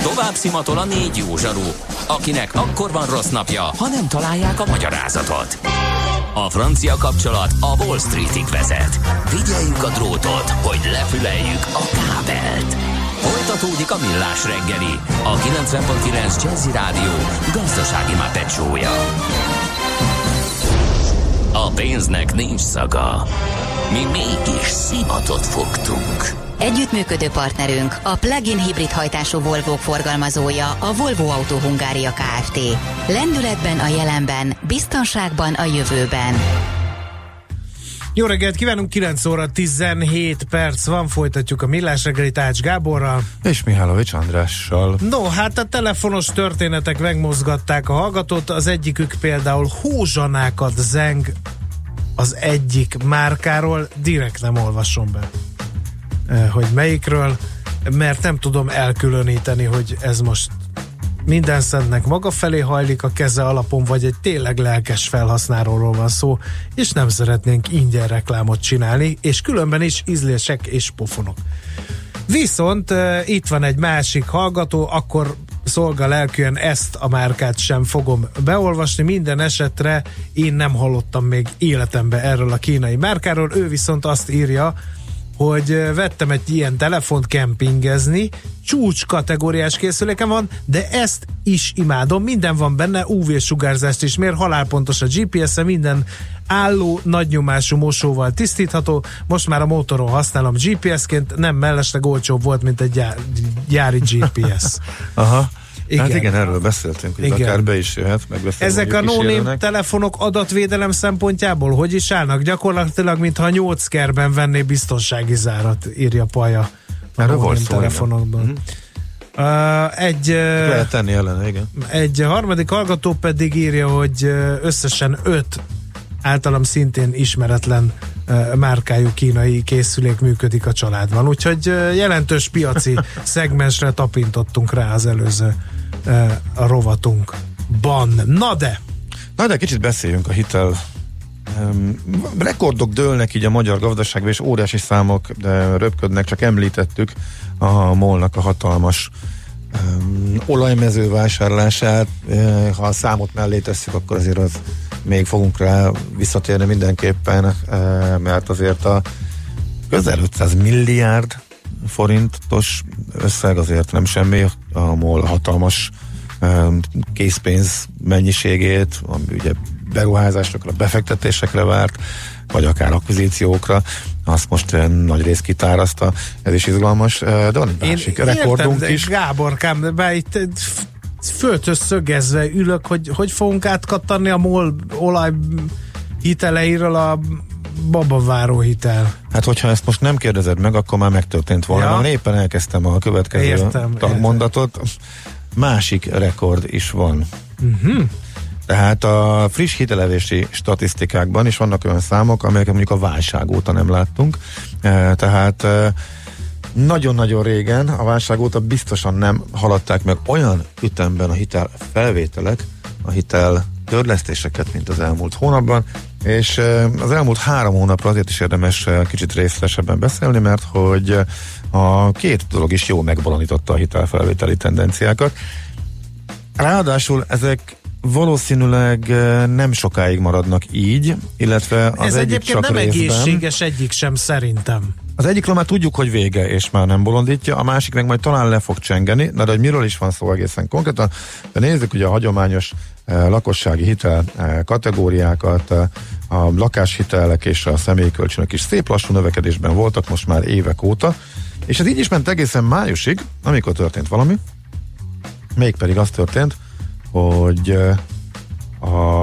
Tovább szimatol a 4 jó zsaru, akinek akkor van rossz napja, ha nem találják a magyarázatot. A francia kapcsolat a Wall Streetig vezet. Figyeljük a drótot, hogy lefüleljük a kábelt. Folytatódik a Millás reggeli, a 90.9 Jazzy Rádió gazdasági mápecsója. A pénznek nincs szaga. Mi mégis szimatot fogtunk. Együttműködő partnerünk a plug-in hibrid hajtású Volvo forgalmazója, a Volvo Autó Hungária Kft. Lendületben a jelenben, biztonságban a jövőben. Jó reggelt kívánunk, 9 óra 17 perc van, folytatjuk a Millás reggelit Ács Gáborral. És Mihálovics Andrással. No, hát a telefonos történetek megmozgatták a hallgatót, az egyikük például hózsanákat zeng az egyik márkáról, direkt nem olvasom be, hogy melyikről, mert nem tudom elkülöníteni, hogy ez most minden szentnek maga felé hajlik a keze alapon, vagy egy tényleg lelkes felhasználóról van szó, és nem szeretnénk ingyen reklámot csinálni, és különben is ízlések és pofonok. Viszont itt van egy másik hallgató, akkor szolgalelkűen ezt a márkát sem fogom beolvasni, minden esetre én nem hallottam még életemben erről a kínai márkáról, ő viszont azt írja, hogy vettem egy ilyen telefont kempingezni, csúcs kategóriás készülékem van, de ezt is imádom, minden van benne, UV-sugárzást is mér, halálpontos a GPS-e, minden álló, nagynyomású mosóval tisztítható, most már a motoron használom GPS-ként, nem mellesleg olcsóbb volt, mint egy gyári GPS. Aha. Igen. Hát igen, erről beszéltünk, hogy igen, akár be is jöhet, megbeszélünk. Ezek a no-name telefonok adatvédelem szempontjából hogy is állnak? Gyakorlatilag, mintha 8 kerben venné biztonsági zárat, írja Paja a no-name telefonokban. Lehet tenni ellene, igen. Egy harmadik hallgató pedig írja, hogy összesen 5 általam szintén ismeretlen márkájú kínai készülék működik a családban. Úgyhogy jelentős piaci szegmensre tapintottunk rá az előző a rovatunkban. Na de kicsit beszéljünk a hitel. Rekordok dőlnek így a magyar gazdaságban, és óriási számok röpködnek, csak említettük a MOL-nak a hatalmas olajmező vásárlását. Ha a számot mellé tesszük, akkor azért az még fogunk rá visszatérni mindenképpen, mert azért a közel 500 milliárd forintos összeg azért nem semmi, a MOL hatalmas készpénz mennyiségét, ami ugye beruházásokra, befektetésekre várt, vagy akár akvizíciókra, azt most nagy rész kitáraszta, ez is izgalmas, de van egy másik rekordunk is. Gáborkám, de itt földhöz szögezve ülök, hogy fogunk átkattanni a MOL olaj hiteleiről a babaváró hitel. Hát, hogyha ezt most nem kérdezed meg, akkor már megtörtént volna. Ja. Éppen elkezdtem a következő tagmondatot. Másik rekord is van. Tehát a friss hitelevési statisztikákban is vannak olyan számok, amelyeket mondjuk a válság óta nem láttunk. Tehát nagyon-nagyon régen, a válság óta biztosan nem haladták meg olyan ütemben a hitel felvételek, a hitel törlesztéseket, mint az elmúlt hónapban, és az elmúlt 3 hónapra azért is érdemes kicsit részletesebben beszélni, mert hogy a két dolog is jól megbalanította a hitelfelvételi tendenciákat. Ráadásul ezek valószínűleg nem sokáig maradnak így, illetve az ez egyik egyébként csak nem részben. Egészséges egyik sem szerintem. Az egyikről már tudjuk, hogy vége, és már nem bolondítja, a másik meg majd talán le fog csengeni, de hogy miről is van szó egészen konkrétan, de nézzük ugye a hagyományos lakossági hitel kategóriákat, a lakáshitelek és a személyi kölcsönök is szép lassú növekedésben voltak most már évek óta, és ez így is ment egészen májusig, amikor történt valami, mégpedig az történt, hogy a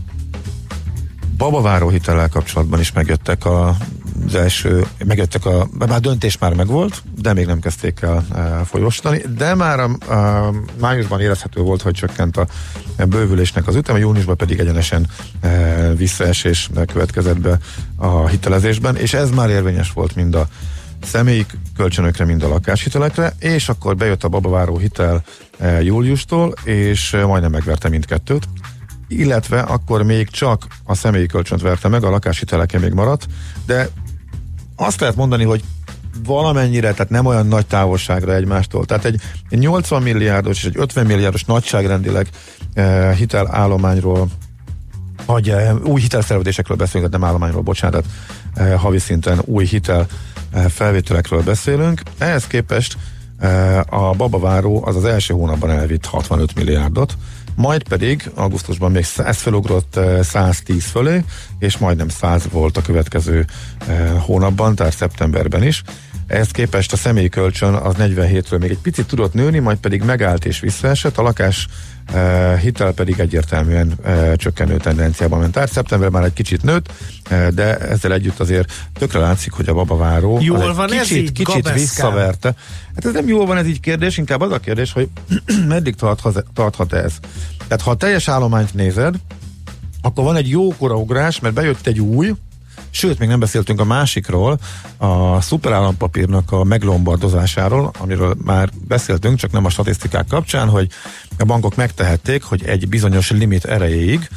babaváró hitellel kapcsolatban is megjöttek az első, már döntés már megvolt, de még nem kezdték el folyósítani, de már a májusban érezhető volt, hogy csökkent a bővülésnek az üteme, júniusban pedig egyenesen visszaesés következett be a hitelezésben, és ez már érvényes volt mind a személyi kölcsönökre, mind a lakáshitelekre, és akkor bejött a babaváró hitel júliustól, és majdnem megverte mindkettőt, illetve akkor még csak a személyi kölcsönt verte meg, a lakáshiteleken még maradt, de azt lehet mondani, hogy valamennyire, tehát nem olyan nagy távolságra egymástól. Tehát egy 80 milliárdos és egy 50 milliárdos nagyságrendileg hitelállományról, vagy új hitelszerződésekről beszélünk, nem állományról, bocsánat, havi szinten új hitel felvételekről beszélünk. Ehhez képest a babaváró az első hónapban elvitt 65 milliárdot, majd pedig augusztusban még ez felugrott 110 fölé, és majdnem 100 volt a következő hónapban, tehát szeptemberben is. Ehhez képest a személyi kölcsön az 47-ről még egy picit tudott nőni, majd pedig megállt és visszaesett, a lakás hitel pedig egyértelműen csökkenő tendenciában ment. Tehát szeptemberben már egy kicsit nőtt, de ezzel együtt azért tökre látszik, hogy a babaváró jól van kicsit visszaverte. Hát ez nem jól van ez így kérdés, inkább az a kérdés, hogy meddig tarthat ez. Tehát ha a teljes állományt nézed, akkor van egy jókora ugrás, mert bejött egy új, sőt, még nem beszéltünk a másikról, a szuperállampapírnak a meglombardozásáról, amiről már beszéltünk, csak nem a statisztikák kapcsán, hogy a bankok megtehették, hogy egy bizonyos limit erejéig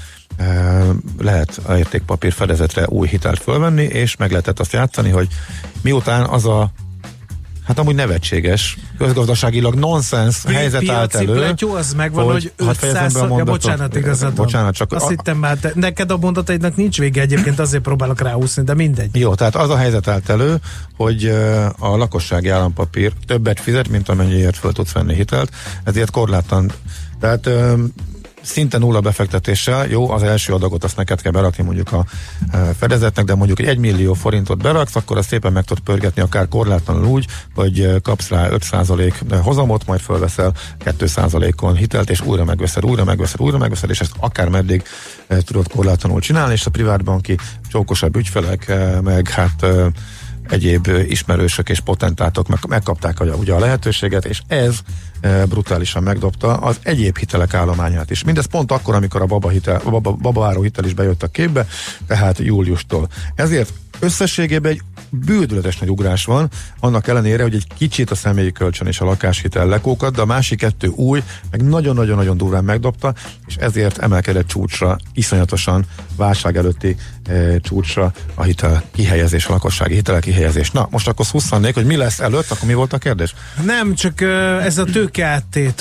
lehet a értékpapír fedezetre új hitelt fölvenni, és meg lehetett azt játszani, hogy miután az a hát amúgy nevetséges, közgazdaságilag nonsens helyzet állt elő. Pletyó, az megvan, hogy 500... bocsánat, igazad van. Bocsánat, csak azt hittem már, neked a mondataidnak nincs vége, egyébként azért próbálok ráúszni, de mindegy. Jó, tehát az a helyzet állt elő, hogy a lakossági állampapír többet fizet, mint amennyiért föl tudsz venni hitelt, ezért korlátlan. Tehát szinte nulla befektetéssel, jó, az első adagot azt neked kell berakni mondjuk a fedezetnek, de mondjuk 1 millió forintot beraksz, akkor azt szépen meg tudod pörgetni akár korlátlanul úgy, hogy kapsz rá 5% hozamot, majd fölveszel 2%-on hitelt, és újra megveszed, és ezt akár meddig tudod korlátlanul csinálni, és a privátbanki csókosabb ügyfelek, meg hát egyéb ismerősök és potentátok megkapták ugye a lehetőséget, és ez brutálisan megdobta az egyéb hitelek állományát is. Mindez pont akkor, amikor a babaváró hitel is bejött a képbe, tehát júliustól. Ezért összességében egy bődületes nagy ugrás van, annak ellenére, hogy egy kicsit a személyi kölcsön és a lakáshitel lekókat, de a másik kettő új, meg nagyon-nagyon-nagyon durván megdobta, és ezért emelkedett csúcsra, iszonyatosan válság előtti csúcsra a hitel kihelyezés, a lakossági hitel kihelyezés. Na, most akkor szusszannék, hogy mi lesz előtt, akkor mi volt a kérdés? Nem, csak ez a tőkeáttét,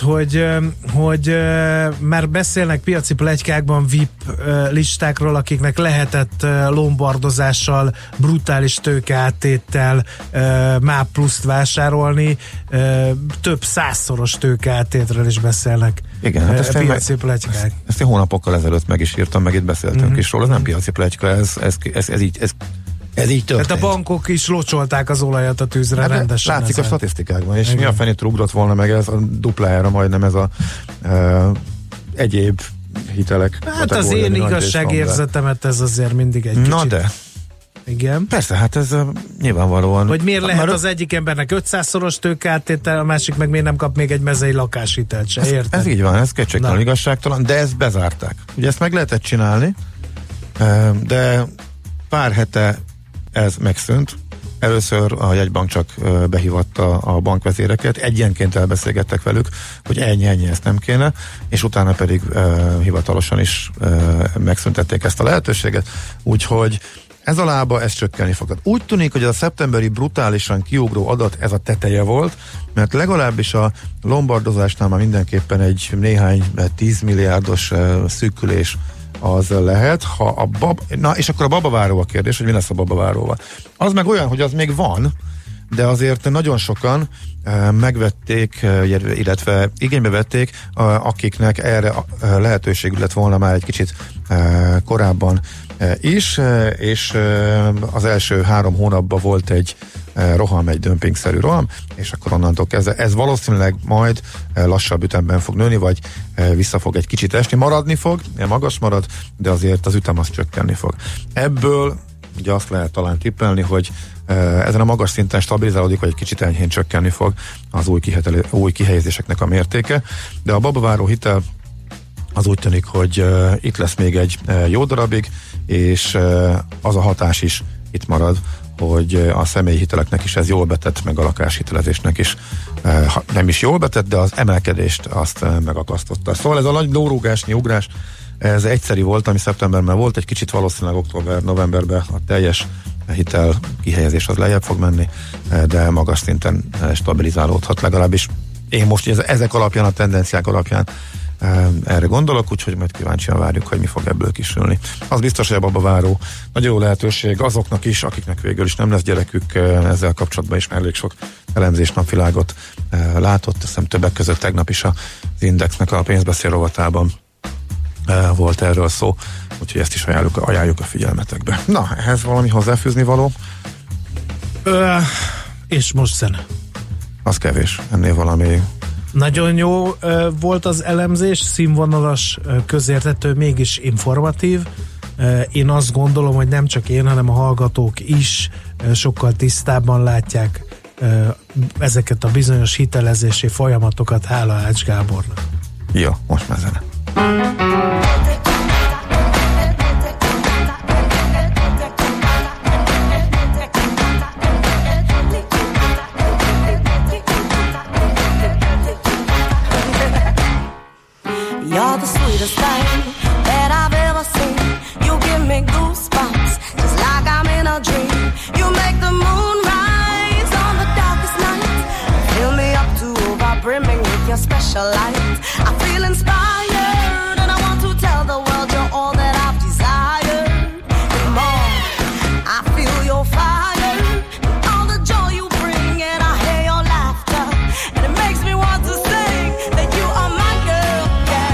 hogy már beszélnek piaci pletykákban VIP listákról, akiknek lehetett lombardozással, brutális tőkeáttéttel MÁ pluszt vásárolni, több 100-szoros tőkeáttétről is beszélnek. Igen, hát ezt piaci pletykák. Ezt én hónapokkal ezelőtt meg is írtam, meg itt beszéltünk is róla, ez nem piaci pletyka, ez így történt. Tehát a bankok is locsolták az olajat a tűzre, hát rendesen. Látszik a statisztikákban, és mi a fenét ugrott volna meg ez a duplájára majdnem ez a egyéb hitelek. Hát az én igazságérzetemet ez azért mindig egy kicsit. Na de. Igen. Persze, hát ez nyilvánvalóan. Hogy miért lehet az egyik embernek 500-szoros tőkeáttétel, a másik meg miért nem kap még egy mezei lakáshitelt se, érted? Ez így van, ez kétségtelen igazságtalan, de ezt bezárták. Ugye ezt meg lehetett csinálni, de pár hete ez megszűnt. Először a jegybank csak behívatta a bankvezéreket, egyenként elbeszélgettek velük, hogy ennyi, ezt nem kéne, és utána pedig hivatalosan is megszüntették ezt a lehetőséget, úgyhogy ez a lába, ez csökkenni fog. Úgy tűnik, hogy a szeptemberi brutálisan kiugró adat ez a teteje volt, mert legalábbis a lombardozásnál már mindenképpen egy néhány 10 milliárdos szűkülés az lehet, ha na és akkor a babaváró a kérdés, hogy mi lesz a babaváróval. Az meg olyan, hogy az még van, de azért nagyon sokan megvették, illetve igénybe vették, akiknek erre lehetőségük lett volna már egy kicsit korábban is, és az első 3 hónapban volt egy roham, egy dömpingszerű roham, és akkor onnantól kezdve ez valószínűleg majd lassabb ütemben fog nőni, vagy vissza fog egy kicsit esni, maradni fog, magas marad, de azért az ütem az csökkenni fog. Ebből ugye azt lehet talán tippelni, hogy ezen a magas szinten stabilizálódik, vagy egy kicsit enyhén csökkenni fog az új kihelyezéseknek a mértéke, de a babaváró hitel az úgy tűnik, hogy itt lesz még egy jó darabig, és az a hatás is itt marad, hogy a személyi hiteleknek is ez jól betett, meg a lakáshitelezésnek is nem is jól betett, de az emelkedést azt megakasztotta. Szóval ez a nagy lórúgásnyi ugrás, ez egyszeri volt, ami szeptemberben volt, egy kicsit valószínűleg október-novemberben a teljes hitel kihelyezés az lejjebb fog menni, de magas szinten stabilizálódhat legalábbis. Én most ezek alapján, a tendenciák alapján erre gondolok, úgyhogy majd kíváncsian várjuk, hogy mi fog ebből kisülni. Az biztos, hogy a babaváró nagyon jó lehetőség azoknak is, akiknek végül is nem lesz gyerekük, ezzel kapcsolatban is elég sok elemzés napvilágot látott, azt hiszem többek között tegnap is az Indexnek a pénzbeszél rovatában volt erről szó, úgyhogy ezt is ajánljuk a figyelmetekbe. Na, ehhez valami hozzáfűzni való? És most zene. Az kevés, ennél valami. Nagyon jó volt az elemzés, színvonalas, közérthető, mégis informatív. Én azt gondolom, hogy nem csak én, hanem a hallgatók is sokkal tisztábban látják ezeket a bizonyos hitelezési folyamatokat, hála Ács Gábornak. Jó, most már zene. You're the sweetest thing that I've ever seen. You give me goosebumps, just like I'm in a dream. You make the moon rise on the darkest night. Fill me up to over-brimming with your special light. I feel inspired and I want to tell the world you're all that I've desired. And more, I feel your fire and all the joy you bring, and I hear your laughter, and it makes me want to sing that you are my girl.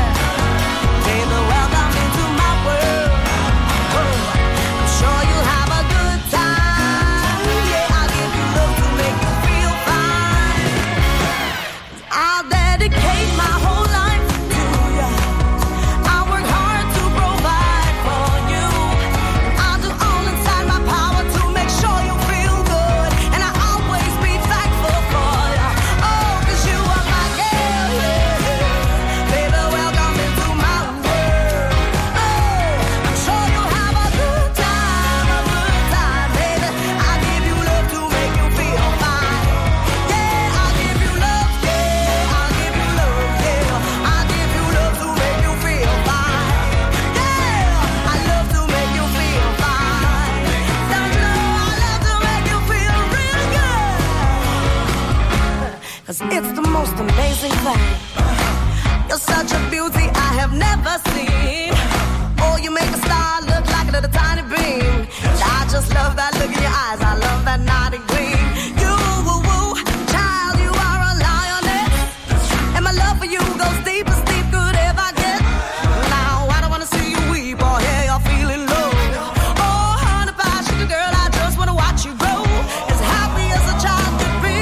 It's the most amazing thing. You're such a beauty I have never seen. Oh, you make a star look like a little tiny beam. I just love that look in your eyes. I love that naughty gleam. You, woo, woo, child, you are a lioness. And my love for you goes deep as deep could ever get. Now, I don't want to see you weep or hear you're feeling low. Oh, honey pie, sugar girl, I just want to watch you grow. As happy as a child could be.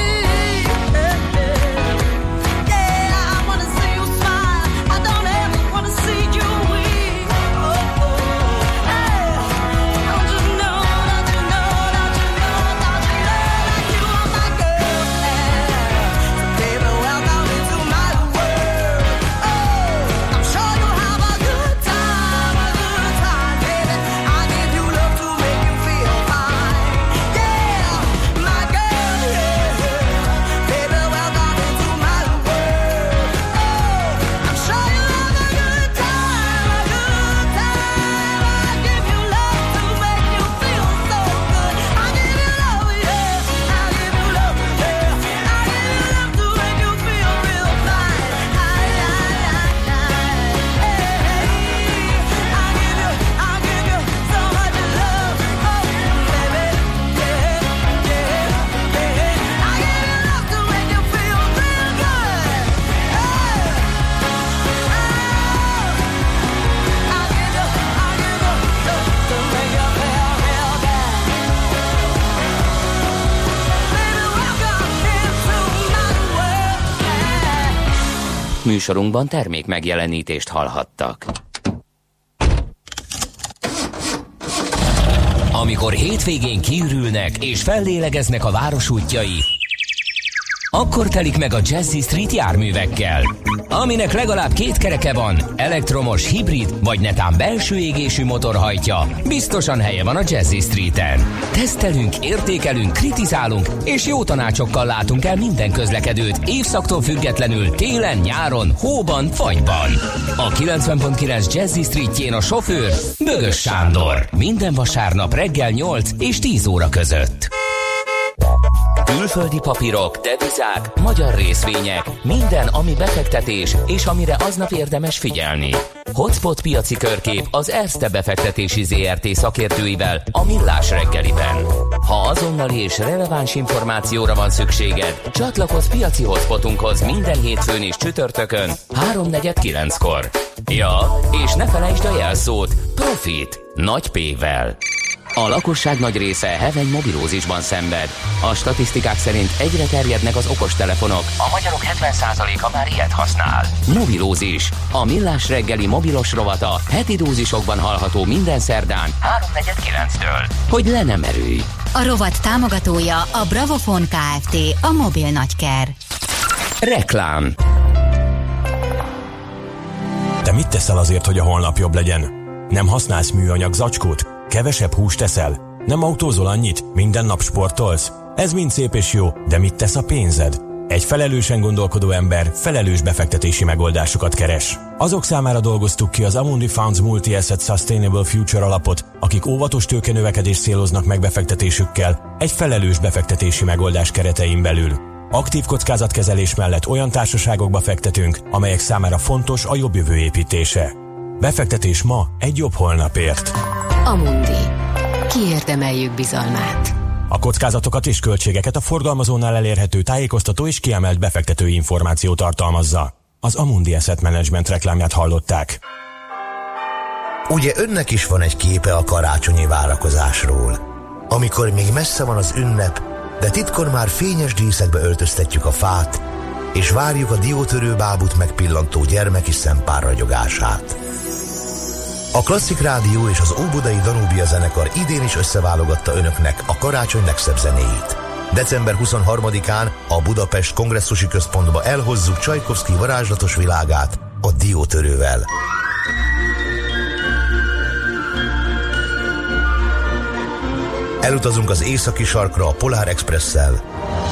Műsorunkban termék megjelenítést hallhattak. Amikor hétvégén kiürülnek és fellélegeznek a város útjai, Akkor telik meg a Jazzy Street járművekkel. Aminek legalább 2 kereke van, elektromos, hibrid vagy netán belső égésű motor hajtja, biztosan helye van a Jazzy Streeten. Tesztelünk, értékelünk, kritizálunk és jó tanácsokkal látunk el minden közlekedőt évszaktól függetlenül télen, nyáron, hóban, fagyban. A 90.9 Jazzy Streetjén a sofőr Bögös Sándor. Minden vasárnap reggel 8 és 10 óra között. Külföldi papírok, devizák, magyar részvények, minden, ami befektetés, és amire aznap érdemes figyelni. Hotspot piaci körkép az Erste befektetési ZRT szakértőivel a Millás reggeliben. Ha azonnali és releváns információra van szükséged, csatlakozz piaci hotspotunkhoz minden hétfőn és csütörtökön 3:49-kor. Ja, és ne felejtsd a jelszót Profit nagy P-vel. A lakosság nagy része heveny mobilózisban szenved. A statisztikák szerint egyre terjednek az okostelefonok. A magyarok 70%-a már ilyet használ. Mobilózis. A Millás reggeli mobilos rovata heti dózisokban hallható minden szerdán 3:49-től. Hogy le nem erőj. A rovat támogatója a Bravofon Kft. A mobil nagyker. Reklám. Te mit teszel azért, hogy a holnap jobb legyen? Nem használsz műanyag zacskót? Kevesebb húst eszel? Nem autózol annyit? Minden nap sportolsz? Ez mind szép és jó, de mit tesz a pénzed? Egy felelősen gondolkodó ember felelős befektetési megoldásokat keres. Azok számára dolgoztuk ki az Amundi Funds Multi-Asset Sustainable Future alapot, akik óvatos tőkenövekedést céloznak meg befektetésükkel egy felelős befektetési megoldás keretein belül. Aktív kockázatkezelés mellett olyan társaságokba fektetünk, amelyek számára fontos a jobb jövő építése. Befektetés ma egy jobb holnapért. Amundi. Kiérdemeljük bizalmát. A kockázatokat és költségeket a forgalmazónál elérhető tájékoztató és kiemelt befektetői információ tartalmazza. Az Amundi Asset Management reklámját hallották. Ugye önnek is van egy képe a karácsonyi várakozásról. Amikor még messze van az ünnep, de titkon már fényes díszekbe öltöztetjük a fát, és várjuk a diótörő bábút megpillantó gyermeki szempár ragyogását. A Klasszik Rádió és az Óbudai Danubia zenekar idén is összeválogatta önöknek a karácsony legszebb zenéit. December 23-án a Budapest Kongresszusi Központba elhozzuk Csajkovszky varázslatos világát a diótörővel. Elutazunk az északi sarkra a Polar Expresszel.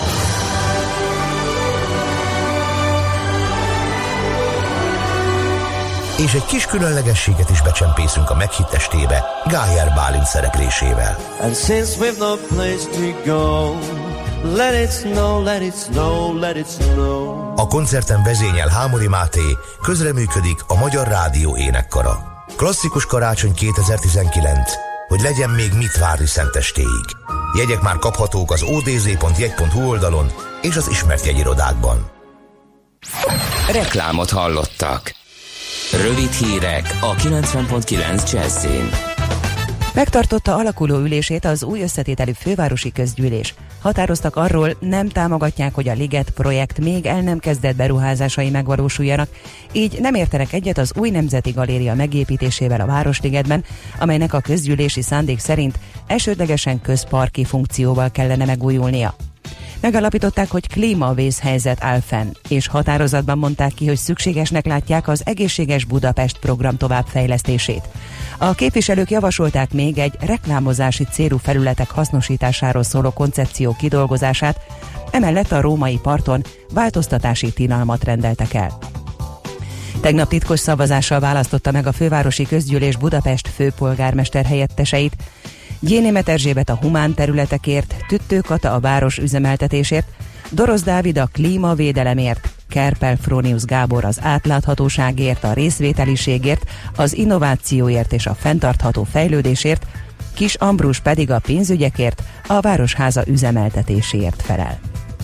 És egy kis különlegességet is becsempészünk a meghitt estébe Gájer Bálint szereplésével. And since we've no place to go, let it snow, let it snow, let it snow. A koncerten vezényel Hámori Máté, közreműködik a Magyar Rádió énekkara. Klasszikus karácsony 2019, hogy legyen még mit várni szentestéig. Jegyek már kaphatók az odz.jegy.hu oldalon és az ismert jegyirodákban. Reklámot hallottak. Rövid hírek a 90.9 Jazzin. Megtartotta alakuló ülését az új összetételű fővárosi közgyűlés. Határoztak arról, nem támogatják, hogy a Liget projekt még el nem kezdett beruházásai megvalósuljanak, így nem értenek egyet az új Nemzeti Galéria megépítésével a Városligetben, amelynek a közgyűlési szándék szerint elsődlegesen közparki funkcióval kellene megújulnia. Megalapították, hogy klímavészhelyzet áll fenn, és határozatban mondták ki, hogy szükségesnek látják az Egészséges Budapest program továbbfejlesztését. A képviselők javasolták még egy reklámozási célú felületek hasznosításáról szóló koncepció kidolgozását, emellett a római parton változtatási tilalmat rendeltek el. Tegnap titkos szavazással választotta meg a fővárosi közgyűlés Budapest főpolgármester helyetteseit. Gyénémet Erzsébet a humán területekért, Tüttő Kata a város üzemeltetésért, Dorosz Dávid a klímavédelemért, Kerpel Frónius Gábor az átláthatóságért, a részvételiségért, az innovációért és a fenntartható fejlődésért, Kis Ambrus pedig a pénzügyekért, a Városháza üzemeltetéséért felel.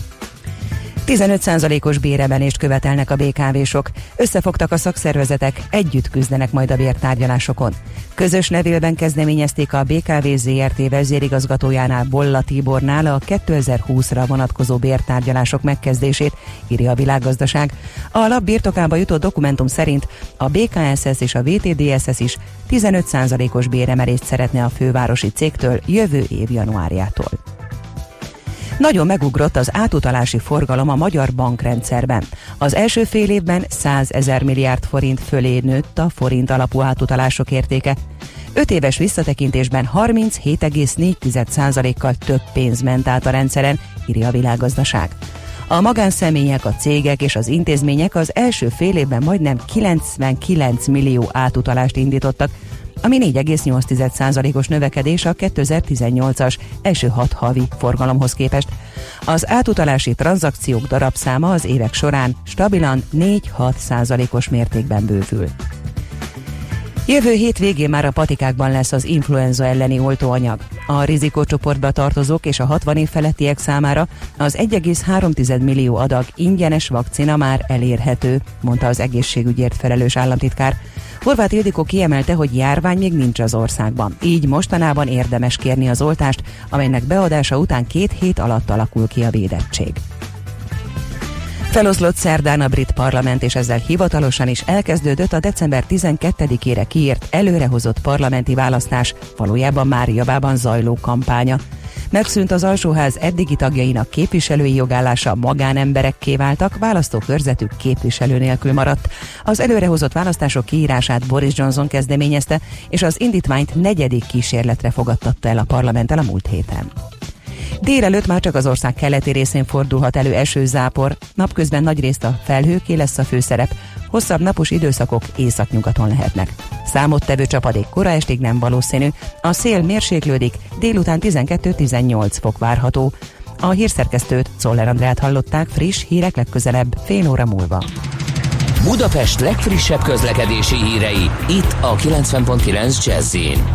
15%-os béremelést követelnek a BKV-sok. Összefogtak a szakszervezetek, együtt küzdenek majd a bértárgyalásokon. Közös levélben kezdeményezték a BKV ZRT vezérigazgatójánál, Bolla Tibornál a 2020-ra vonatkozó bértárgyalások megkezdését, írja a Világgazdaság. A lap birtokába jutott dokumentum szerint a BKSS és a VTDSS is 15%-os béremelést szeretne a fővárosi cégtől jövő év januárjától. Nagyon megugrott az átutalási forgalom a magyar bankrendszerben. Az első fél évben 100 000 milliárd forint fölé nőtt a forint alapú átutalások értéke. 5 éves visszatekintésben 37,4%-kal több pénz ment át a rendszeren, írja a Világgazdaság. A magánszemélyek, a cégek és az intézmények az első fél évben majdnem 99 millió átutalást indítottak, ami 4,8%-os növekedés a 2018-as első 6 havi forgalomhoz képest. Az átutalási tranzakciók darabszáma az évek során stabilan 4-6%-os mértékben bővül. Jövő hét végén már a patikákban lesz az influenza elleni oltóanyag. A rizikócsoportba tartozók és a 60 év felettiek számára az 1,3 millió adag ingyenes vakcina már elérhető, mondta az egészségügyért felelős államtitkár. Horváth Ildikó kiemelte, hogy járvány még nincs az országban, így mostanában érdemes kérni az oltást, amelynek beadása után 2 hét alatt alakul ki a védettség. Feloszlott szerdán a brit parlament, és ezzel hivatalosan is elkezdődött a december 12-ére kiírt előrehozott parlamenti választás, valójában már javában zajló kampánya. Megszűnt az alsóház eddigi tagjainak képviselői jogállása, magánemberekké váltak, választókörzetük képviselő nélkül maradt. Az előrehozott választások kiírását Boris Johnson kezdeményezte, és az indítványt 4. kísérletre fogadtatta el a parlamenttel a múlt héten. Délelőtt már csak az ország keleti részén fordulhat elő esőzápor, napközben nagyrészt a felhőké lesz a főszerep, hosszabb napos időszakok északnyugaton lehetnek. Számottevő csapadék kora estig nem valószínű, a szél mérséklődik, délután 12-18 fok várható. A hírszerkesztőt, Czoller Andrát hallották, friss hírek legközelebb fél óra múlva. Budapest legfrissebb közlekedési hírei, itt a 90.9 Jazz-in.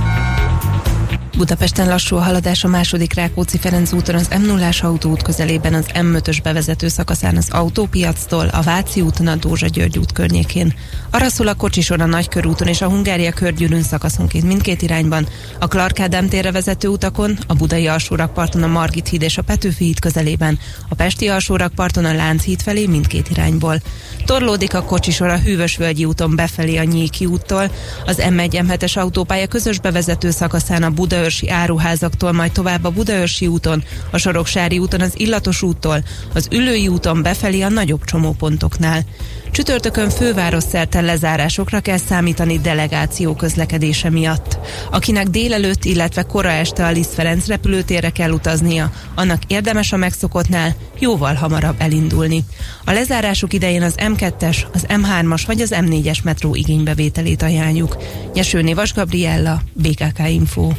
Budapesten lassú a haladás a második Rákóczi-Ferenc úton az M0-ás autóút közelében, az M5-ös bevezető szakaszán az Autópiactól, a Váci úton a Dózsa-György út környékén. Arra szól a kocsisor a Nagykörúton és a Hungária körgyűrűn szakaszonként mindkét irányban, a Clark Ádám térre vezető utakon, a budai alsórakparton a Margit híd és a Petőfi híd közelében, a pesti alsórakparton a Lánchíd felé mindkét irányból. Torlódik a kocsisor a Hűvösvölgyi úton befelé a Nyéki úttól, az M1-M7-es autópálya közös bevezető szakaszán a Budaörsi áruházaktól, majd tovább a Budaörsi úton, a Soroksári úton az Illatos úttól, az Üllői úton befelé a nagyobb csomópontoknál. Csütörtökön fővárosszerte lezárásokra kell számítani delegáció közlekedése miatt. Akinek délelőtt, illetve kora este a Liszt Ferenc repülőtérre kell utaznia, annak érdemes a megszokottnál jóval hamarabb elindulni. A lezárások idején az M2-es, az M3-as vagy az M4-es metró igénybevételét ajánljuk. Nyesőné Vas Gabriella, BKK Info.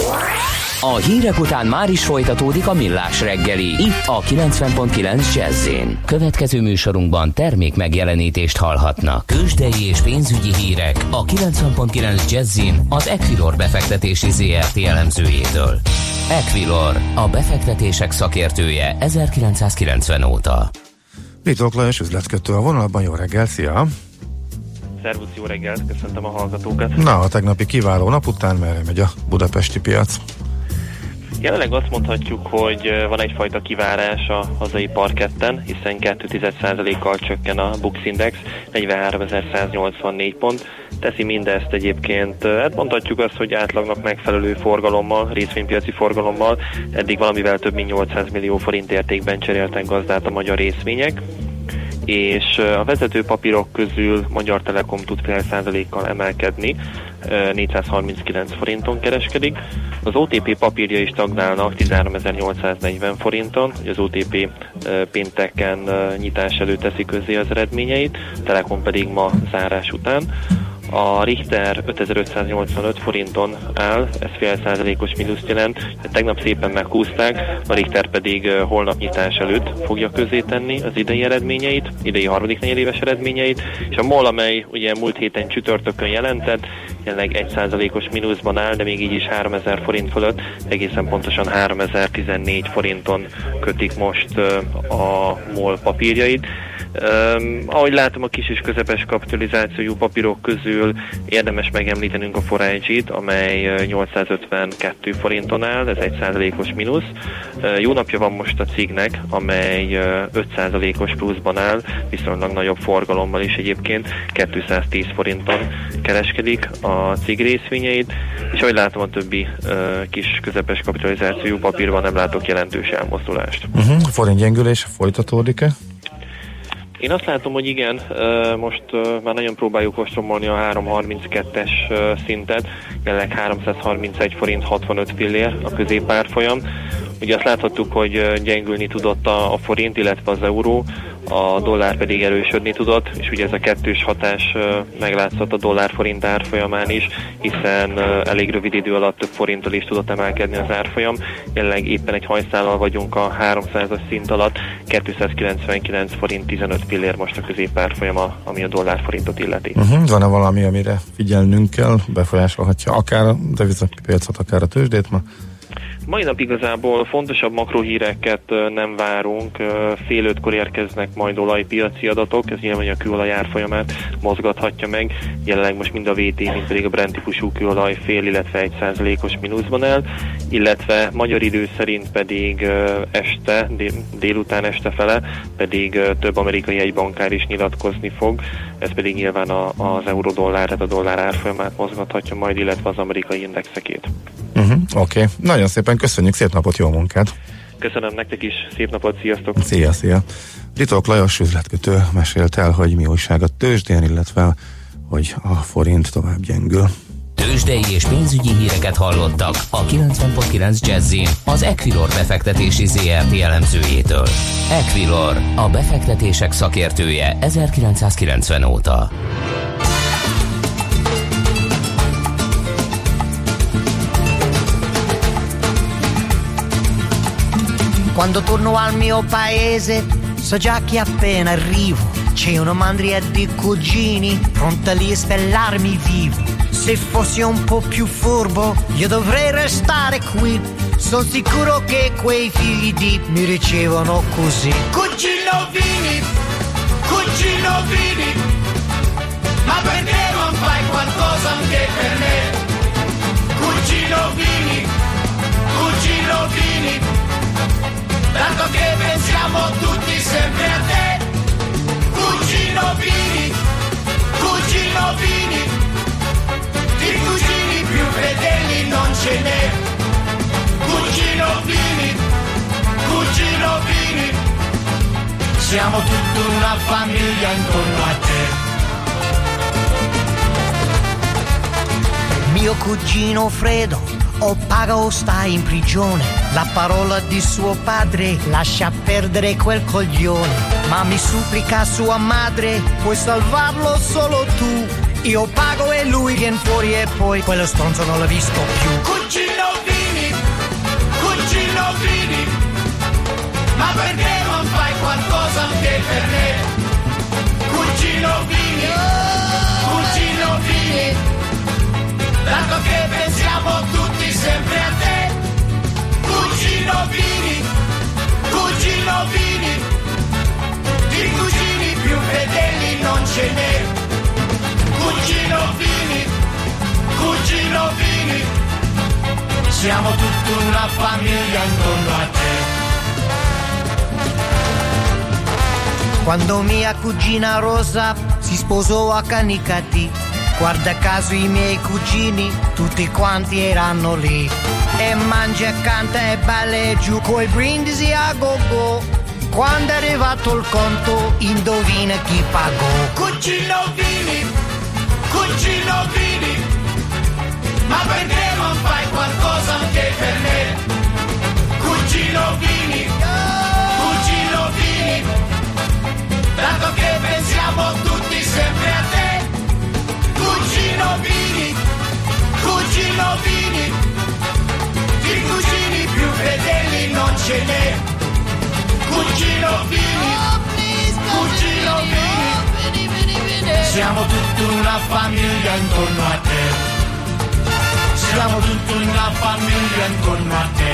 A hírek után már is folytatódik a Millás reggeli, itt a 90.9 Jazz-én. Következő műsorunkban termék megjelenítést hallhatnak. Tőzsdei és pénzügyi hírek a 90.9 Jazz-én az Equilor befektetési ZRT elemzőjétől. Equilor, a befektetések szakértője 1990 óta. Litók Lajos üzletkötő a vonalban, jó reggel, szia! Szervusz, jó reggelt, köszöntöm a hallgatókat. Na, a tegnapi kiváló nap után merre megy a budapesti piac? Jelenleg azt mondhatjuk, hogy van egyfajta kivárás a hazai parketten, hiszen 2,1%-kal csökken a Bux Index, 43.184 pont. Teszi mindezt egyébként, hát mondhatjuk azt, hogy átlagnak megfelelő forgalommal, részvénypiaci forgalommal, eddig valamivel több mint 800 millió forint értékben cseréltek gazdát a magyar részvények, és a vezető papírok közül Magyar Telekom tud fél százalékkal emelkedni, 439 forinton kereskedik. Az OTP papírja is stagnálnak 13.840 forinton, hogy az OTP pénteken nyitás előtt teszi közzé az eredményeit, a Telekom pedig ma zárás után. A Richter 5585 forinton áll, ez fél százalékos mínuszt jelent, tegnap szépen meghúzták, a Richter pedig holnap nyitás előtt fogja közzétenni az idei eredményeit, idei harmadik negyedéves eredményeit, és a MOL, amely ugye múlt héten csütörtökön jelentett, jelenleg 1%-os mínuszban áll, de még így is 3000 forint fölött, egészen pontosan 3014 forinton kötik most a MOL papírjait. Ahogy látom, a kis és közepes kapitalizációjú papírok közül érdemes megemlítenünk a 4iG-t, amely 852 forinton áll, ez 1%-os mínusz. Jó napja van most a cégnek, amely 5%-os pluszban áll, viszonylag nagyobb forgalommal is egyébként, 210 forinton kereskedik a cég részvényeit. és ahogy látom, a többi kis közepes kapitalizációjú papírban nem látok jelentős elmozdulást. Forint gyengülés folytatódik-e? Én azt látom, hogy igen, most már nagyon próbáljuk ostromolni a 3.32-es szintet, jelenleg 331 forint 65 fillér a középárfolyam. Ugye azt láthattuk, hogy gyengülni tudott a forint, illetve az euró, a dollár pedig erősödni tudott, és ugye ez a kettős hatás meglátszott a dollár-forint árfolyamán is, hiszen elég rövid idő alatt több forinttal is tudott emelkedni az árfolyam. Jelenleg éppen egy hajszállal vagyunk a 300-as szint alatt, 299 forint 15 fillér most a középárfolyama, ami a dollár-forintot illeti. Van-e valami, amire figyelnünk kell, befolyásolhatja akár a devizapiacot, akár a tőzsdét ma? Mai nap igazából fontosabb makrohíreket nem várunk, fél 5-kor érkeznek majd olajpiaci adatok, ez nyilván a kőolaj árfolyamát mozgathatja meg, jelenleg most mind a VT, mind pedig a Brent típusú kőolaj fél, illetve 1%-os mínuszban áll, illetve magyar idő szerint pedig este, délután este fele, pedig több amerikai jegybankár is nyilatkozni fog, ez pedig nyilván az euró-dollár, tehát a dollár árfolyamát mozgathatja majd, illetve az amerikai indexekét. Oké. Nagyon szépen köszönjük, szép napot, jó munkát! Köszönöm nektek is, szép napot, sziasztok! Szia! Ritók Lajos üzletkötő mesélt el, hogy mi újság a tőzsdén, illetve hogy a forint tovább gyengül. Tőzsdei és pénzügyi híreket hallottak a 90.9 Jazzin az Equilor befektetési ZRT elemzőjétől. Equilor, a befektetések szakértője 1990 óta. Quando torno al mio paese so già che appena arrivo c'è una mandria di cugini pronta lì a spellarmi vivo. Se fossi un po' più furbo io dovrei restare qui. Sono sicuro che quei figli di mi ricevono così. Cugino Vini, ma perché non fai qualcosa anche per me? Cugino Vini, tanto che pensiamo tutti sempre a te. Cugino Vini, di cugini più fedeli non ce n'è. Cugino Vini, siamo tutta una famiglia intorno a te. Mio cugino Fredo o paga o sta in prigione. La parola di suo padre lascia perdere quel coglione. Ma mi supplica sua madre, puoi salvarlo solo tu. Io pago e lui viene fuori e poi quello stronzo non l'ho visto più. Cugino Vini, ma perché non fai qualcosa anche per me? Cugino Vini, tanto che pensiamo tutti sempre a te. Cugino Vini, di cugini più fedeli non ce n'è. Cugino Vini, siamo tutta una famiglia intorno a te. Quando mia cugina Rosa si sposò a Canicattì, guarda caso i miei cugini tutti quanti erano lì. E mangia, canta e balla giù coi brindisi a go-go. Quando è arrivato il conto indovina chi pagò. Cugino Vini, ma perché non fai qualcosa anche per me? Cugino Vini, tanto che pensiamo tutti sempre a te. Cugino Vini, di cugini più fedeli non ce n'è. Cugino Vini, siamo tutta una famiglia intorno a te. Siamo tutta una famiglia intorno a te.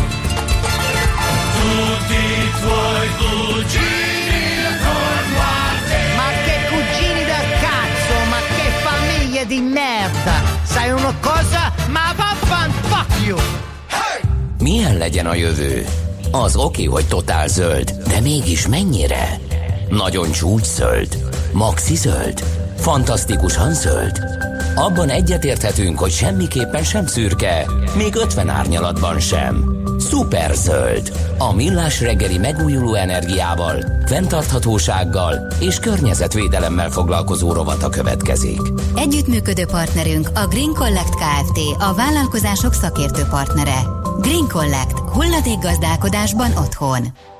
Tutti i tuoi cugini intorno a te. Ma che cugini del cazzo, ma che famiglia di merda. Sai una cosa? Ma vaffan, fuck you. Milyen legyen a jövő? Az oké, hogy totál zöld, de mégis mennyire? Nagyon csúcs zöld? Maxi zöld? Fantasztikusan zöld? Abban egyetérthetünk, hogy semmiképpen sem szürke, még 50 árnyalatban sem. Szuperzöld, a millás reggeli megújuló energiával, fenntarthatósággal és környezetvédelemmel foglalkozó rovata következik. Együttműködő partnerünk a Green Collect Kft., a vállalkozások szakértő partnere. Green Collect, hulladékgazdálkodásban otthon.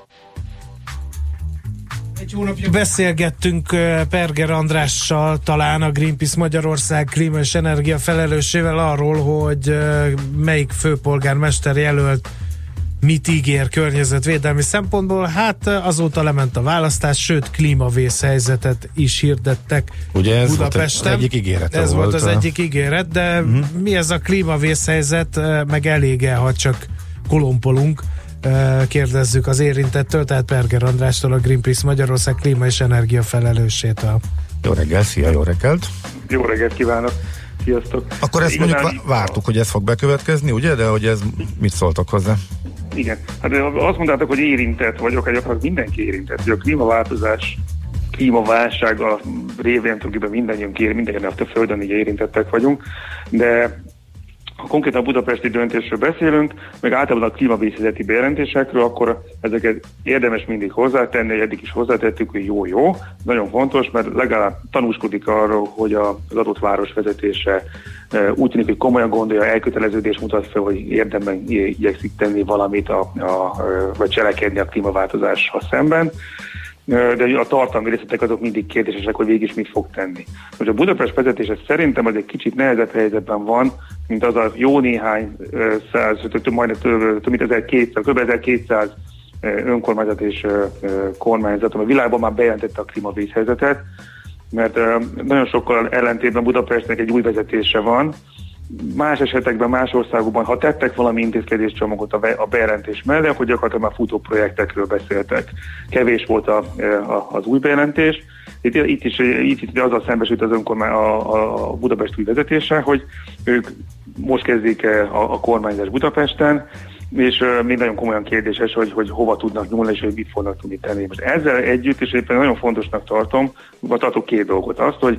Egy hónapja beszélgettünk Perger Andrással, talán a Greenpeace Magyarország klíma és energia felelősével arról, hogy melyik főpolgármester jelölt mit ígér környezetvédelmi szempontból. Hát azóta lement a választás, sőt klímavészhelyzetet is hirdettek ugye ez Budapesten. Volt egyik ígéret. Ez volt az egyik ígéret, de mi ez a klímavészhelyzet, meg elég-e, ha csak kolompolunk? Kérdezzük az érintettől, tehát Perger Andrástól, a Greenpeace Magyarország klíma és energia felelőssétől. Jó reggel, szia, jó reggelt! Jó reggelt kívánok! Sziasztok! Akkor ezt mondjuk vártuk, hogy ez fog bekövetkezni, ugye? De hogy ez mit szóltak hozzá? Igen, hát azt mondtátok, hogy érintett vagyok, egyébként mindenki érintett, hogy a klímaváltozás, klímaválsága révén tulajdonképpen mindannyian a Földön így érintettek vagyunk, de ha konkrétan a budapesti döntésről beszélünk, meg általában a klímavészhelyzeti bejelentésekről, akkor ezeket érdemes mindig hozzátenni, hogy eddig is hozzátettük, hogy jó, nagyon fontos, mert legalább tanúskodik arról, hogy az adott város vezetése úgy tűnik, hogy komolyan gondolja, elköteleződés mutat fel, hogy érdemben igyekszik tenni valamit, vagy cselekedni a klímaváltozással szemben. De a tartalmi részletek azok mindig kérdésesek, hogy végig is mit fog tenni. Most a Budapest vezetése szerintem az egy kicsit nehezebb helyzetben van, mint az a jó néhány majdnem több mint 1200 önkormányzat és kormányzat, ami a világban már bejelentette a klímavészhelyzetet, mert nagyon sokkal ellentétben Budapestnek egy új vezetése van. Más esetekben, más országokban, ha tettek valami intézkedéscsomagot a bejelentés mellé, akkor gyakorlatilag már futó projektekről beszéltek. Kevés volt az új bejelentés. Itt is azzal szembesült az a Budapest új vezetése, hogy ők most kezdik a kormányzás Budapesten, és még nagyon komolyan kérdéses, hogy hova tudnak nyúlni, és hogy mit fognak tudni tenni. Most ezzel együtt, és éppen nagyon fontosnak tartok két dolgot. Azt, hogy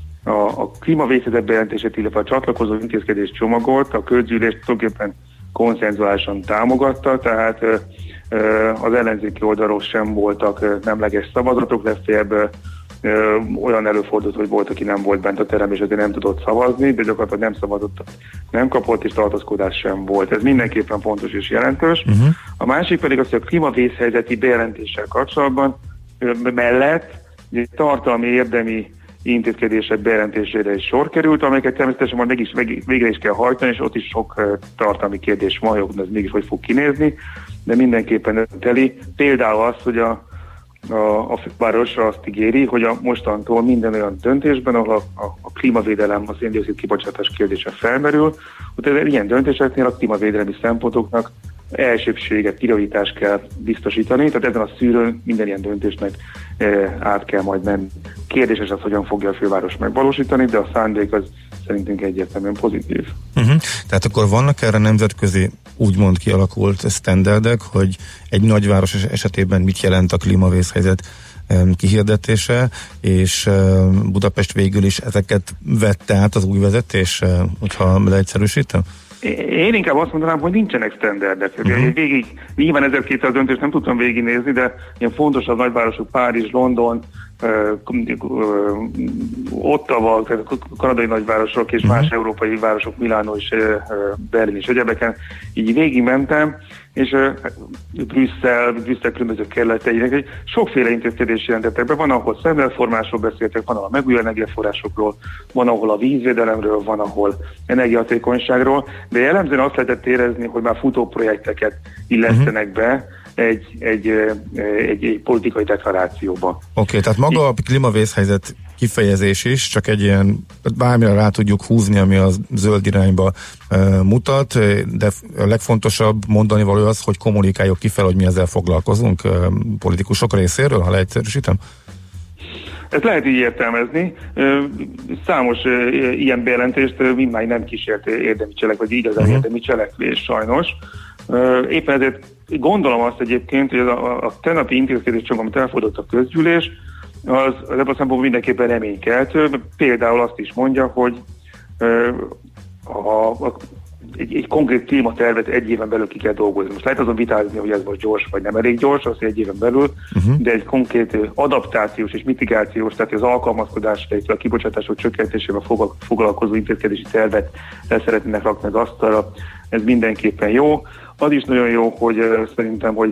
a klímavészhelyzet bejelentését, illetve a csatlakozó intézkedés csomagot a közgyűlés tulajdonképpen konszenzuálisan támogatta, tehát az ellenzéki oldalról sem voltak nemleges szavazatok, legfeljebb olyan előfordult, hogy volt, aki nem volt bent a terem, és azért nem tudott szavazni, de gyakorlatilag nem szavazott, nem kapott, és tartózkodás sem volt. Ez mindenképpen fontos és jelentős. A másik pedig az, hogy a klímavészhelyzeti bejelentéssel kapcsolatban mellett tartalmi érdemi intézkedések bejelentésére is sor került, amelyeket természetesen majd végre is kell hajtani, és ott is sok tartalmi kérdés van, hogy ez mégis hogy fog kinézni, de mindenképpen teli. Például az, hogy a fővárosra azt ígéri, hogy mostantól minden olyan döntésben, ahol a klímavédelem, a szén-dioxid kibocsátás kérdése felmerül, hogy ilyen döntéseknél a klímavédelemi szempontoknak elsőbséget, prioritást kell biztosítani, tehát ezen a szűrőn minden ilyen döntésnek át kell majd menni. Kérdéses az, hogyan fogja a főváros megvalósítani, de a szándék az szerintünk egyértelműen pozitív. Tehát akkor vannak erre nemzetközi úgymond kialakult standardek, hogy egy nagyváros esetében mit jelent a klímavészhelyzet kihirdetése, és Budapest végül is ezeket vette át az új vezetés, hogyha leegyszerűsítem? Én inkább azt mondanám, hogy nincsenek standardek. Nyilván 1200 döntést nem tudtam végignézni, de ilyen fontos az nagyvárosok, Párizs, London, Ottawa, kanadai nagyvárosok és más európai városok, Milánó és Berlin és egyebeken. Így végigmentem, és Brüsszel különböző kerületeinek sokféle intézkedés jelentettek be. Van, ahol szemléletformásról beszéltek, van, ahol megújuló energiaforrásokról, van, ahol a vízvédelemről, van, ahol energiahatékonyságról, de jellemzően azt lehetett érezni, hogy már futó projekteket illesztenek be egy politikai deklarációba. Oké, tehát maga a klímavészhelyzet kifejezés is, csak egy ilyen, bármire rá tudjuk húzni, ami a zöld irányba mutat, de a legfontosabb mondani való az, hogy kommunikáljuk kifele, hogy mi ezzel foglalkozunk politikusok részéről, ha leegyszerűsítem? Ezt lehet így értelmezni. Számos ilyen bejelentést mindmáig nem kísért érdemi cselekvés, vagy igazán érdemi cselekvés sajnos. Éppen ezért gondolom azt egyébként, hogy a tegnapi intézkedéscsomag, amit elfogadott a közgyűlés, az ebből a szempontból mindenképpen reménykeltő. Például azt is mondja, hogy egy konkrét klímatervet egy éven belül ki kell dolgozni. Most lehet azon vitázni, hogy ez most gyors, vagy nem elég gyors, az egy éven belül, de egy konkrét adaptációs és mitigációs, tehát az alkalmazkodás, a kibocsátások csökkentésével foglalkozó intézkedési tervet le szeretnének rakni az asztalra. Ez mindenképpen jó. Az is nagyon jó, hogy szerintem, hogy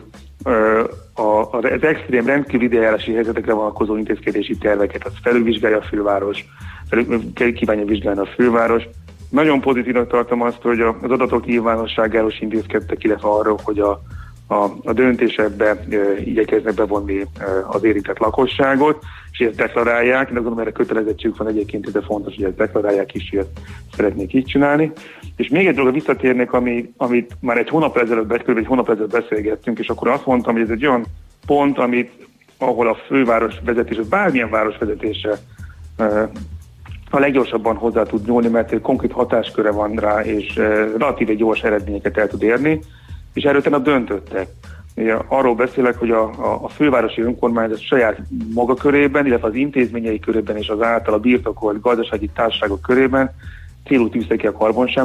az extrém rendkívül időjárási helyzetekre vonatkozó intézkedési terveket, azt felülvizsgálja a főváros, kívánja vizsgálni a főváros. Nagyon pozitívnak tartom azt, hogy az adatok nyilvánosságáról is intézkedtek, illetve arról, hogy a döntésekbe igyekeznek bevonni az érintett lakosságot, és ezt deklarálják. Én azt gondolom, erre kötelezettségük van egyébként, de fontos, hogy ezt deklarálják is, hogy ezt szeretnék így csinálni. És még egy dologra visszatérnék, amit már egy hónap ezelőtt beszélgettünk, és akkor azt mondtam, hogy ez egy olyan pont, ahol a főváros vezetése, bármilyen város vezetése a leggyorsabban hozzá tud nyúlni, mert konkrét hatásköre van rá, és relatíve gyors eredményeket el tud érni, és erről tegnap döntöttek. Arról beszélek, hogy a fővárosi önkormányzat saját maga körében, illetve az intézményei körében és az általa birtokolt gazdasági társaságok körében célul tűzte ki a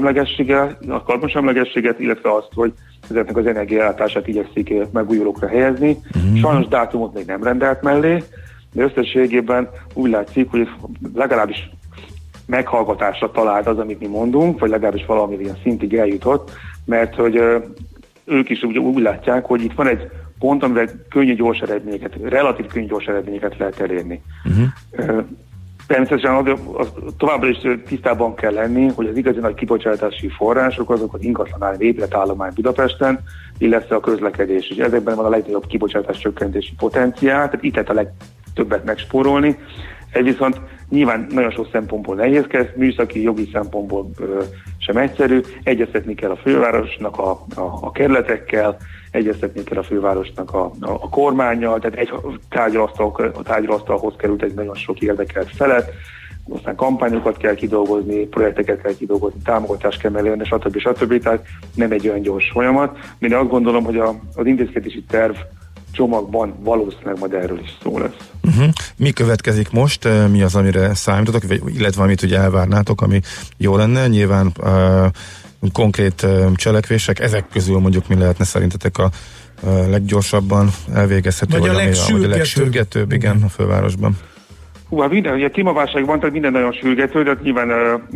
karbonsemlegességet, illetve azt, hogy ezeknek az energiaellátását igyekszik megújulókra helyezni. Sajnos dátumot még nem rendelt mellé, de összességében úgy látszik, hogy legalábbis meghallgatásra talált az, amit mi mondunk, vagy legalábbis valami ilyen szintig eljutott, mert hogy ők is úgy látják, hogy itt van egy pont, amivel relatív könnyű gyors eredményeket lehet elérni. Természetesen továbbra is tisztában kell lenni, hogy az igazi nagy kibocsátási források azok az ingatlanállomány, épületállomány Budapesten, illetve a közlekedés is. Ezekben van a legnagyobb kibocsátás csökkentési potenciál, tehát itt lehet a legtöbbet megspórolni. Ez viszont nyilván nagyon sok szempontból nehézkes, műszaki, jogi szempontból sem egyszerű. Egyeztetni kell a fővárosnak a kerületekkel, egyeztetni kell a fővárosnak a kormánnyal, tehát egy tárgyalóasztalhoz került egy nagyon sok érdekelt felet, aztán kampányokat kell kidolgozni, projekteket kell kidolgozni, támogatást kell mellé, stb. Tehát nem egy olyan gyors folyamat. Én azt gondolom, hogy az intézkedési terv csomagban valószínűleg majd erről is szó lesz. Mi következik most? Mi az, amire számítotok, illetve amit ugye elvárnátok, ami jó lenne? Nyilván konkrét cselekvések, ezek közül mondjuk mi lehetne szerintetek a leggyorsabban elvégezhető, vagy a legsürgetőbb, igen, a fővárosban? Hát minden, ugye a klímaválság van, tehát minden nagyon sürgető, de nyilván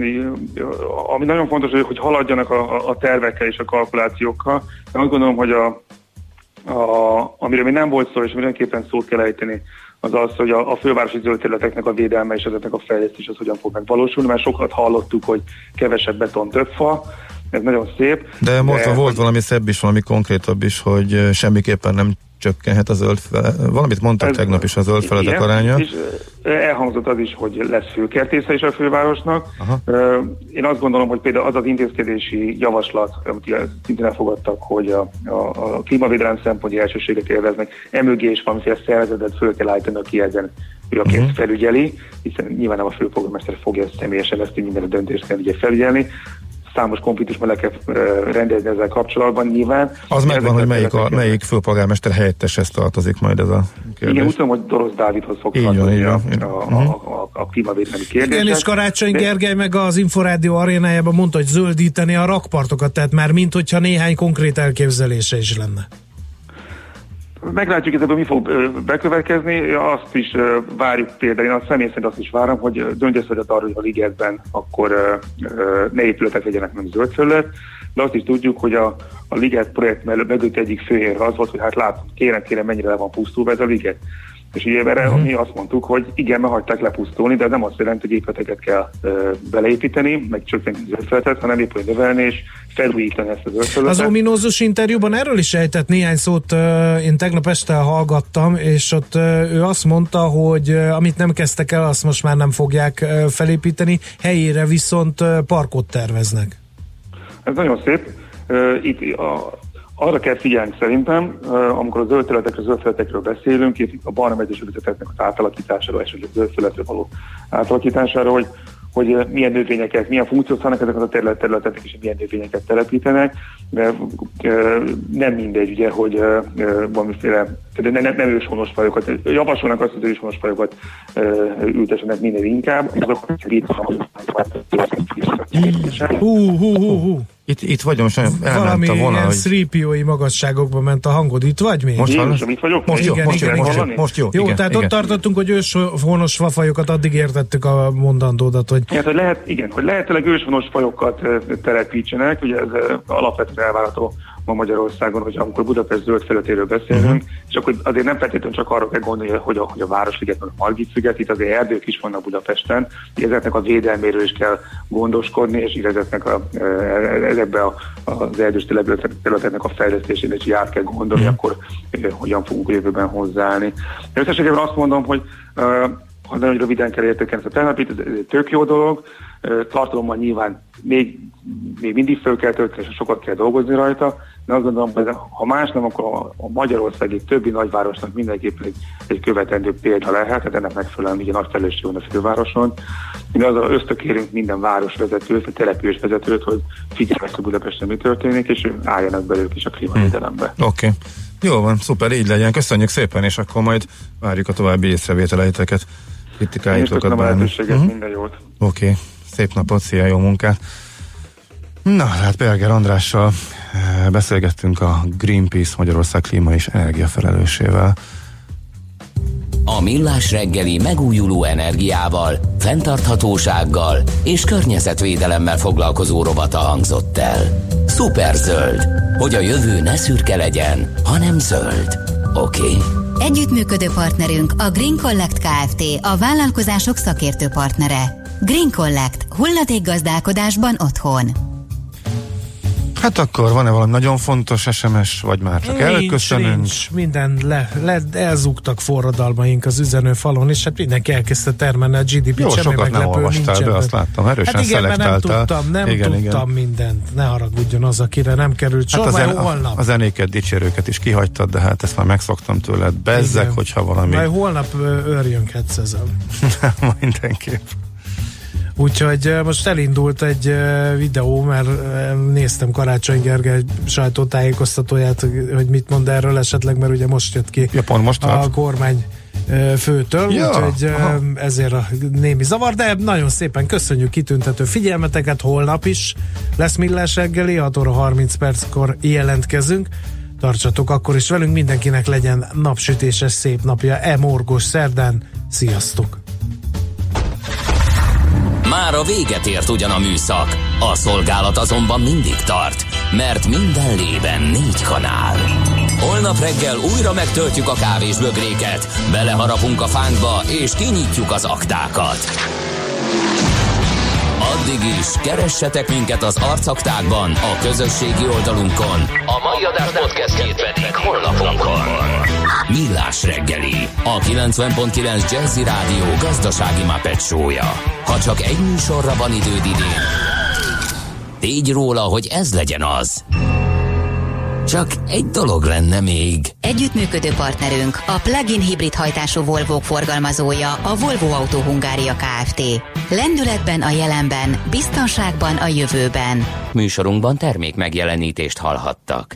ami nagyon fontos, hogy haladjanak a tervekkel és a kalkulációkkal. De azt gondolom, hogy amiről még nem volt szó, és mindenképpen szót kell ejteni, az az, hogy a fővárosi zöld területeknek a védelme és ezeknek a fejlesztés az hogyan fog megvalósulni, mert sokat hallottuk, hogy kevesebb beton, több fa, ez nagyon szép. De volt valami szebb is, valami konkrétabb is, hogy semmiképpen nem csökkenhet a zöld valamit mondtak tegnap is a zöld feletek aránya. És elhangzott az is, hogy lesz főkertésze is a fővárosnak. Én azt gondolom, hogy például az az intézkedési javaslat, amit szintén elfogadtak, hogy a klímavédelem szempontja elsőséget élveznek, emögé is valamiféle szervezetet föl kell állítani, aki ezen aki felügyeli, hiszen nyilván nem a főpolgármester fogja személyesen ezt minden döntést kell ugye felügyelni. Számos konfliktusban le kell rendezni ezzel kapcsolatban nyilván. Az megvan, hogy melyik főpolgármester helyetteshez tartozik majd ez a kérdés. Igen, úgy tudom, hogy Dorosz Dávidhoz fog tartozni a klímavédelmi kérdések. Igen, és Karácsony Gergely meg az Inforádió arénájában mondta, hogy zöldíteni a rakpartokat, tehát már mint hogyha néhány konkrét elképzelése is lenne. Meglátjuk, ebből mi fog bekövetkezni, azt is várjuk például, én a személy szerint azt is várom, hogy döntésszöget arról, hogy a ligetben akkor ne épületek legyenek, nem zöld felület, de azt is tudjuk, hogy a liget projekt mögött egyik főérv az volt, hogy hát látom, kérem, mennyire le van pusztulva ez a liget. És ugye erre mi azt mondtuk, hogy igen, meg hagyták lepusztulni, de nem azt jelenti, hogy épületeket kell beleépíteni, meg csökkenteni az zöldfelületet, hanem épp hogy növelni és felújítani ezt az zöldfelületet. Az ominózus interjúban erről is ejtett néhány szót, én tegnap este hallgattam, és ott ő azt mondta, hogy amit nem kezdtek el, azt most már nem fogják felépíteni, helyére viszont parkot terveznek. Ez nagyon szép. Itt arra kell figyelni szerintem, amikor a zöld területekről, zöldfelületekről beszélünk, itt a Barna megyei épületeknek az átalakításáról, és a zöld felületről való átalakításáról, hogy milyen növényeket, milyen funkciót vannak ezek a területek, és milyen növényeket telepítenek, de nem mindegy, ugye, hogy valamiféle Tehát nem őshonos fajokat. Javasolnak azt, hogy őshonos fajokat ültessenek minél inkább. Itt vagy, most elment valami a vonal. Valami ilyen 3PO-i magasságokban ment a hangod. Itt vagy még? Most hallom? Itt vagyok? Most jó. Jó, igen, tehát igen. Ott tartottunk, hogy őshonos fafajokat, addig értettük a mondandódat, hogy... Hát, hogy lehetőleg őshonos fajokat telepítsenek, ugye ez alapvetően elvárható ma Magyarországon, hogy amikor Budapest zöld felületéről beszélünk, és akkor azért nem feltétlenül csak arra kell gondolni, hogy a Városliget, a Margit-sziget, itt azért erdők is vannak Budapesten, ezeknek a védelméről is kell gondoskodni, és ezeknek ezekbe az erdős területeknek a fejlesztésén is át kell gondolni, akkor hogyan fogunk a jövőben hozzáállni. Összességében azt mondom, hogy ha nagyon röviden kell értékelni ezt a telepítést, ez egy tök jó dolog, tartalommal nyilván még mindig föl kell tölteni, és sokat kell dolgozni rajta, de azt gondolom, hogy ha más nem, akkor a magyarországi többi nagyvárosnak mindenképpen egy követendő példa lehet, tehát ennek megfelelően ugye nagy felelősség van a fővároson. Mi azzal ösztökérünk minden városvezetőt, vagy településvezetőt, hogy figyeljenek, hogy Budapesten mi történik, és álljanak be ők is a klímavédelembe. Oké. Jó van, szuper, így legyen. Köszönjük szépen, és akkor majd várjuk a további észrevételeiteket, kritikáitokat. Minden jót. Oké. Szép napot, szia, jó munkát! Na, hát Berger Andrással beszélgettünk a Greenpeace Magyarország klíma és energia felelősével. A Millás reggeli megújuló energiával, fenntarthatósággal és környezetvédelemmel foglalkozó rovata hangzott el. Szuperzöld, hogy a jövő ne szürke legyen, hanem zöld. Oké. Együttműködő partnerünk a Green Collect Kft., a vállalkozások szakértő partnere. Green Collect. Hulladékgazdálkodásban otthon. Hát akkor van-e valami nagyon fontos SMS, vagy már csak elköszönünk? Nincs. Minden elzúgtak forradalmaink az üzenőfalon, és hát mindenki elkezdte termelni a GDP-t. Jó, sokat nem olvastál be, azt láttam. Erősen hát igen, szelektáltál. Nem tudtam mindent. Ne haragudjon az, akire nem került sor, majd holnap. A zenéket, dicsérőket is kihagytad, de hát ezt már megszoktam tőled. Bezzeg, hogyha valami... Majd holnap örjönkedsz ezen. Mindenképp. Úgyhogy most elindult egy videó, mert néztem Karácsony Gergely sajtótájékoztatóját, hogy mit mond erről esetleg, mert ugye most jött ki a kormány főtől, úgyhogy ezért a némi zavar, de nagyon szépen köszönjük kitüntető figyelmeteket, holnap is lesz Millás reggeli, 6 óra 30 perckor jelentkezünk, tartsatok akkor is velünk, mindenkinek legyen napsütéses szép napja, morgos szerdán, sziasztok! Már a véget ért ugyan a műszak, a szolgálat azonban mindig tart, mert minden lében 4 kanál. Holnap reggel újra megtöltjük a kávésbögréket, beleharapunk a fánkba és kinyitjuk az aktákat. Addig is keressetek minket az arcaktákban, a közösségi oldalunkon, a mai adás podcastjét pedig honlapunkon. Millás reggeli, a 90.9 Jazzy Rádió gazdasági Muppet show-ja. Ha csak egy műsorra van időd idén, tégy róla, hogy ez legyen az. Csak egy dolog lenne még. Együttműködő partnerünk a plug-in hibrid hajtású Volvók forgalmazója, a Volvo Autó Hungária Kft. Lendületben a jelenben, biztonságban a jövőben. Műsorunkban termék megjelenítést hallhattak.